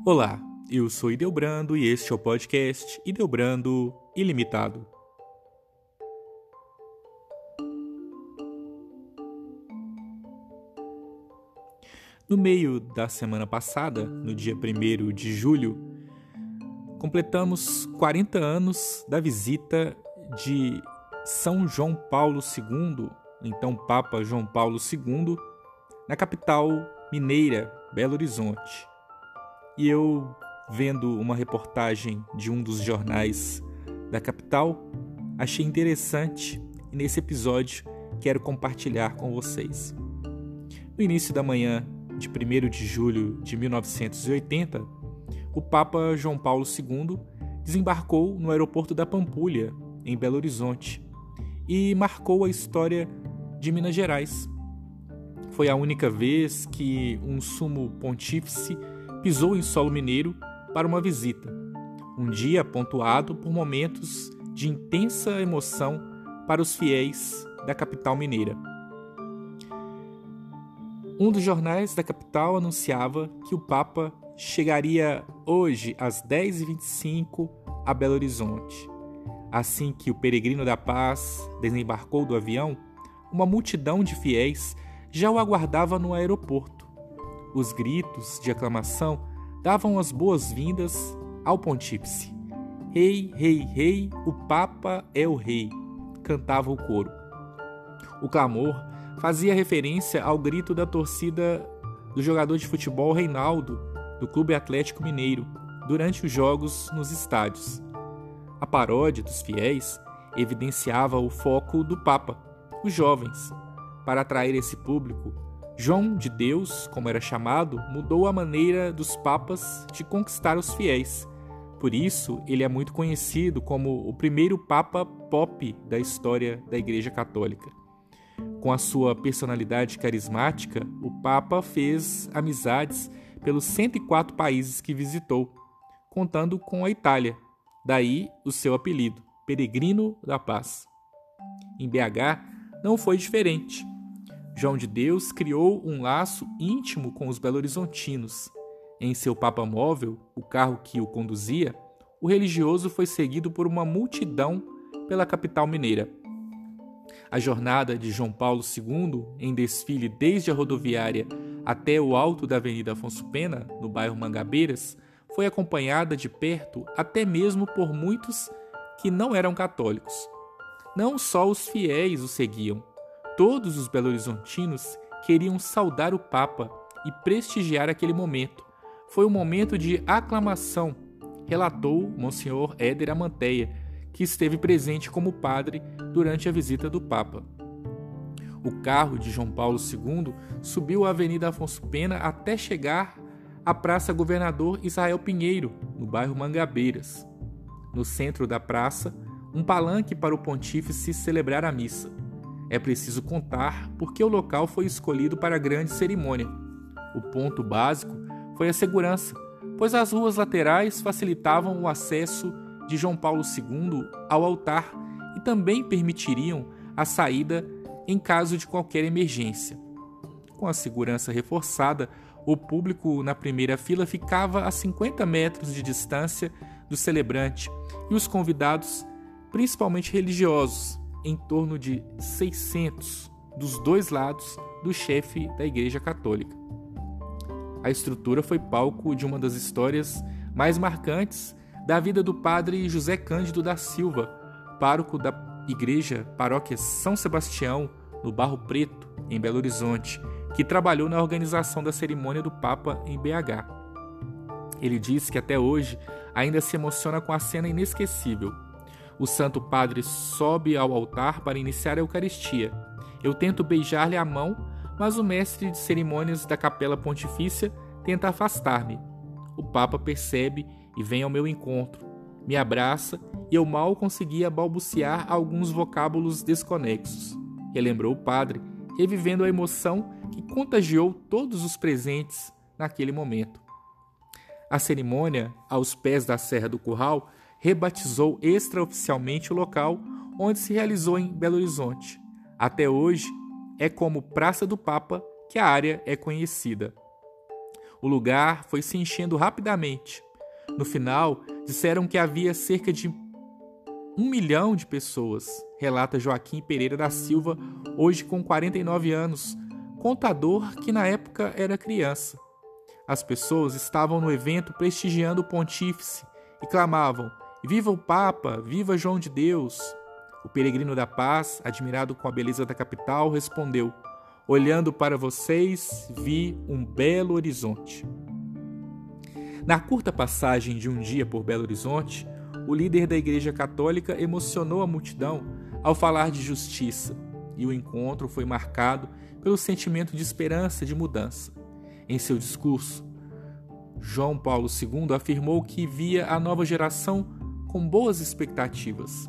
Olá, eu sou Ideobrando e este é o podcast Ideobrando Ilimitado. No meio da semana passada, no dia 1º de julho, completamos 40 anos da visita de São João Paulo II, então Papa João Paulo II, na capital mineira, Belo Horizonte. E eu, vendo uma reportagem de um dos jornais da capital, achei interessante e nesse episódio quero compartilhar com vocês. No início da manhã de 1º de julho de 1980, o Papa João Paulo II desembarcou no aeroporto da Pampulha, em Belo Horizonte, e marcou a história de Minas Gerais. Foi a única vez que um sumo pontífice pisou em solo mineiro para uma visita, um dia pontuado por momentos de intensa emoção para os fiéis da capital mineira. Um dos jornais da capital anunciava que o Papa chegaria hoje às 10h25 a Belo Horizonte. Assim que o peregrino da paz desembarcou do avião, uma multidão de fiéis já o aguardava no aeroporto. Os gritos de aclamação davam as boas-vindas ao pontífice. Rei, rei, rei, o Papa é o rei, cantava o coro. O clamor fazia referência ao grito da torcida do jogador de futebol Reinaldo, do Clube Atlético Mineiro, durante os jogos nos estádios. A paródia dos fiéis evidenciava o foco do Papa, os jovens. Para atrair esse público, João de Deus, como era chamado, mudou a maneira dos papas de conquistar os fiéis. Por isso, ele é muito conhecido como o primeiro Papa Pop da história da Igreja Católica. Com a sua personalidade carismática, o Papa fez amizades pelos 104 países que visitou, contando com a Itália. Daí o seu apelido, Peregrino da Paz. Em BH, não foi diferente. João de Deus criou um laço íntimo com os belo-horizontinos. Em seu Papa Móvel, o carro que o conduzia, o religioso foi seguido por uma multidão pela capital mineira. A jornada de João Paulo II, em desfile desde a rodoviária até o alto da Avenida Afonso Pena, no bairro Mangabeiras, foi acompanhada de perto até mesmo por muitos que não eram católicos. Não só os fiéis o seguiam, todos os belo-horizontinos queriam saudar o Papa e prestigiar aquele momento. Foi um momento de aclamação, relatou Monsenhor Éder Amanteia, que esteve presente como padre durante a visita do Papa. O carro de João Paulo II subiu a Avenida Afonso Pena até chegar à Praça Governador Israel Pinheiro, no bairro Mangabeiras. No centro da praça, um palanque para o pontífice celebrar a missa. É preciso contar porque o local foi escolhido para a grande cerimônia. O ponto básico foi a segurança, pois as ruas laterais facilitavam o acesso de João Paulo II ao altar e também permitiriam a saída em caso de qualquer emergência. Com a segurança reforçada, o público na primeira fila ficava a 50 metros de distância do celebrante e os convidados, principalmente religiosos, em torno de 600 dos dois lados do chefe da Igreja Católica. A estrutura foi palco de uma das histórias mais marcantes da vida do padre José Cândido da Silva, pároco da Igreja Paróquia São Sebastião, no Barro Preto, em Belo Horizonte, que trabalhou na organização da cerimônia do Papa em BH. Ele diz que até hoje ainda se emociona com a cena inesquecível. O Santo Padre sobe ao altar para iniciar a Eucaristia. Eu tento beijar-lhe a mão, mas o mestre de cerimônias da Capela Pontifícia tenta afastar-me. O Papa percebe e vem ao meu encontro. Me abraça e eu mal conseguia balbuciar alguns vocábulos desconexos. Relembrou o padre, revivendo a emoção que contagiou todos os presentes naquele momento. A cerimônia, aos pés da Serra do Curral, rebatizou extraoficialmente o local onde se realizou em Belo Horizonte. Até hoje, é como Praça do Papa que a área é conhecida. O lugar foi se enchendo rapidamente. No final, disseram que havia cerca de 1 milhão de pessoas, relata Joaquim Pereira da Silva, hoje com 49 anos, contador que na época era criança. As pessoas estavam no evento prestigiando o pontífice e clamavam: "Viva o Papa! Viva João de Deus!" O peregrino da paz, admirado com a beleza da capital, respondeu: "Olhando para vocês, vi um belo horizonte." Na curta passagem de um dia por Belo Horizonte, o líder da Igreja Católica emocionou a multidão ao falar de justiça, e o encontro foi marcado pelo sentimento de esperança e de mudança. Em seu discurso, João Paulo II afirmou que via a nova geração com boas expectativas.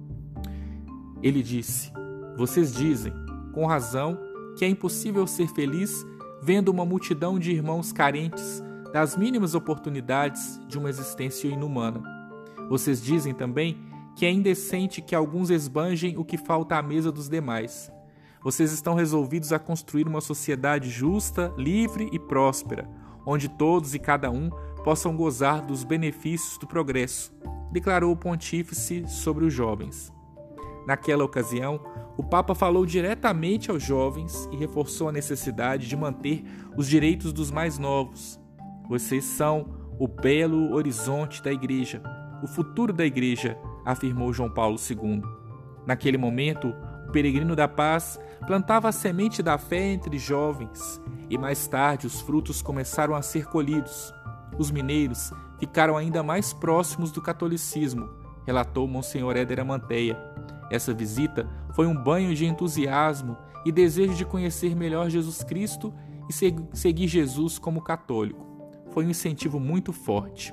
Ele disse: "Vocês dizem, com razão, que é impossível ser feliz vendo uma multidão de irmãos carentes das mínimas oportunidades de uma existência inumana. Vocês dizem também que é indecente que alguns esbanjem o que falta à mesa dos demais. Vocês estão resolvidos a construir uma sociedade justa, livre e próspera, onde todos e cada um possam gozar dos benefícios do progresso", declarou o pontífice sobre os jovens. Naquela ocasião, o Papa falou diretamente aos jovens e reforçou a necessidade de manter os direitos dos mais novos. "Vocês são o belo horizonte da Igreja, o futuro da Igreja", afirmou João Paulo II. Naquele momento, o peregrino da paz plantava a semente da fé entre jovens e mais tarde os frutos começaram a ser colhidos. Os mineiros ficaram ainda mais próximos do catolicismo, relatou Monsenhor Éder Amanteia. Essa visita foi um banho de entusiasmo e desejo de conhecer melhor Jesus Cristo e seguir Jesus como católico. Foi um incentivo muito forte.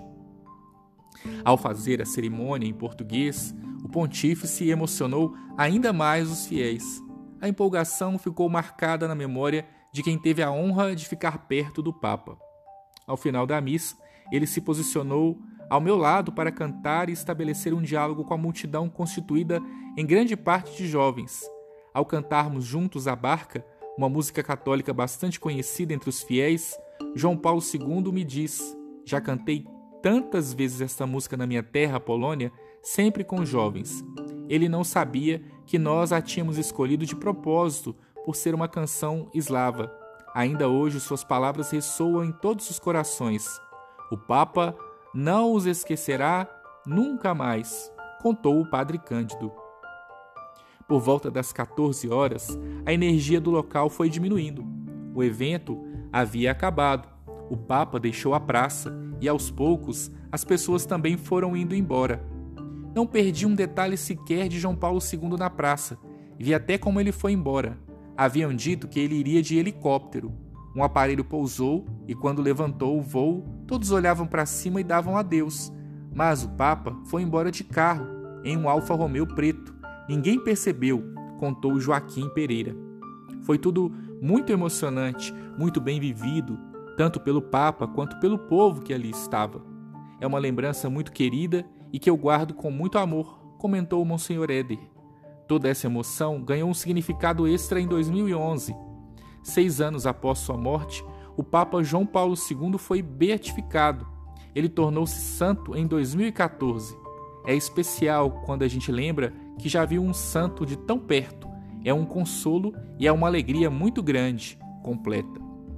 Ao fazer a cerimônia em português, o pontífice emocionou ainda mais os fiéis. A empolgação ficou marcada na memória de quem teve a honra de ficar perto do Papa. Ao final da missa, ele se posicionou ao meu lado para cantar e estabelecer um diálogo com a multidão constituída em grande parte de jovens. Ao cantarmos juntos a Barca, uma música católica bastante conhecida entre os fiéis, João Paulo II me diz: "Já cantei tantas vezes esta música na minha terra, a Polônia, sempre com jovens. Ele não sabia que nós a tínhamos escolhido de propósito por ser uma canção eslava. Ainda hoje suas palavras ressoam em todos os corações. O Papa não os esquecerá nunca mais", contou o padre Cândido. Por volta das 14 horas, a energia do local foi diminuindo. O evento havia acabado. O Papa deixou a praça e, aos poucos, as pessoas também foram indo embora. Não perdi um detalhe sequer de João Paulo II na praça. Vi até como ele foi embora. Haviam dito que ele iria de helicóptero. Um aparelho pousou e, quando levantou o voo, todos olhavam para cima e davam adeus. Mas o Papa foi embora de carro, em um Alfa Romeo preto. Ninguém percebeu, contou Joaquim Pereira. Foi tudo muito emocionante, muito bem vivido, tanto pelo Papa quanto pelo povo que ali estava. É uma lembrança muito querida e que eu guardo com muito amor, comentou o Monsenhor Éder. Toda essa emoção ganhou um significado extra em 2011. 6 anos após sua morte, o Papa João Paulo II foi beatificado. Ele tornou-se santo em 2014. É especial quando a gente lembra que já viu um santo de tão perto. É um consolo e é uma alegria muito grande, completa.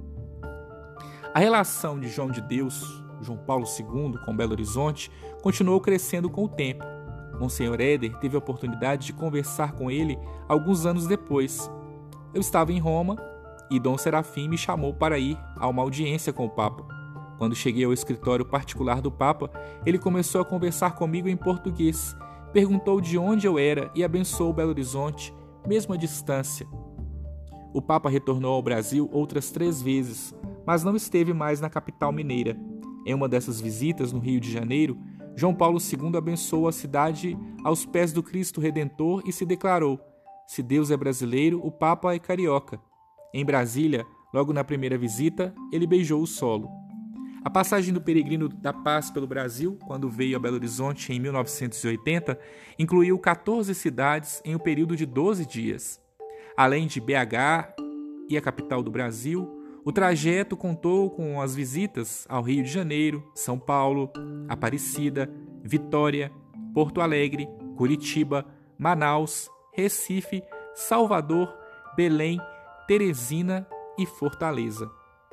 A relação de João de Deus, João Paulo II, com Belo Horizonte, continuou crescendo com o tempo. Monsenhor Éder teve a oportunidade de conversar com ele alguns anos depois. Eu estava em Roma e Dom Serafim me chamou para ir a uma audiência com o Papa. Quando cheguei ao escritório particular do Papa, ele começou a conversar comigo em português, perguntou de onde eu era e abençoou Belo Horizonte, mesmo à distância. O Papa retornou ao Brasil outras 3 vezes, mas não esteve mais na capital mineira. Em uma dessas visitas, no Rio de Janeiro, João Paulo II abençoou a cidade aos pés do Cristo Redentor e se declarou: "Se Deus é brasileiro, o Papa é carioca." Em Brasília, logo na primeira visita, ele beijou o solo. A passagem do peregrino da paz pelo Brasil, quando veio a Belo Horizonte em 1980, incluiu 14 cidades em um período de 12 dias. Além de BH e a capital do Brasil, O trajeto contou com as visitas ao Rio de Janeiro, São Paulo, Aparecida, Vitória, Porto Alegre, Curitiba, Manaus, Recife, Salvador, Belém, Teresina e Fortaleza.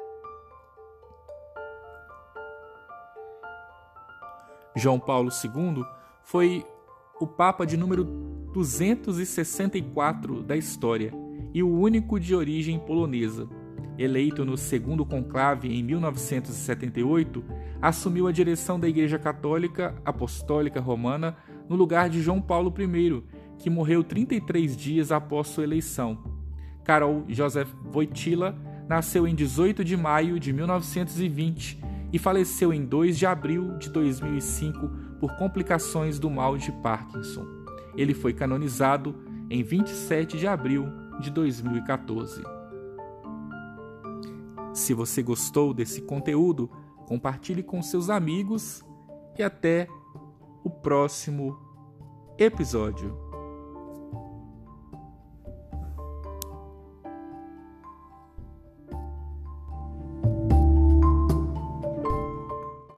João Paulo II foi o Papa de número 264 da história e o único de origem polonesa. Eleito no segundo conclave em 1978, assumiu a direção da Igreja Católica Apostólica Romana no lugar de João Paulo I, que morreu 33 dias após sua eleição. Karol Józef Wojtyła nasceu em 18 de maio de 1920 e faleceu em 2 de abril de 2005 por complicações do mal de Parkinson. Ele foi canonizado em 27 de abril de 2014. Se você gostou desse conteúdo, compartilhe com seus amigos e até o próximo episódio.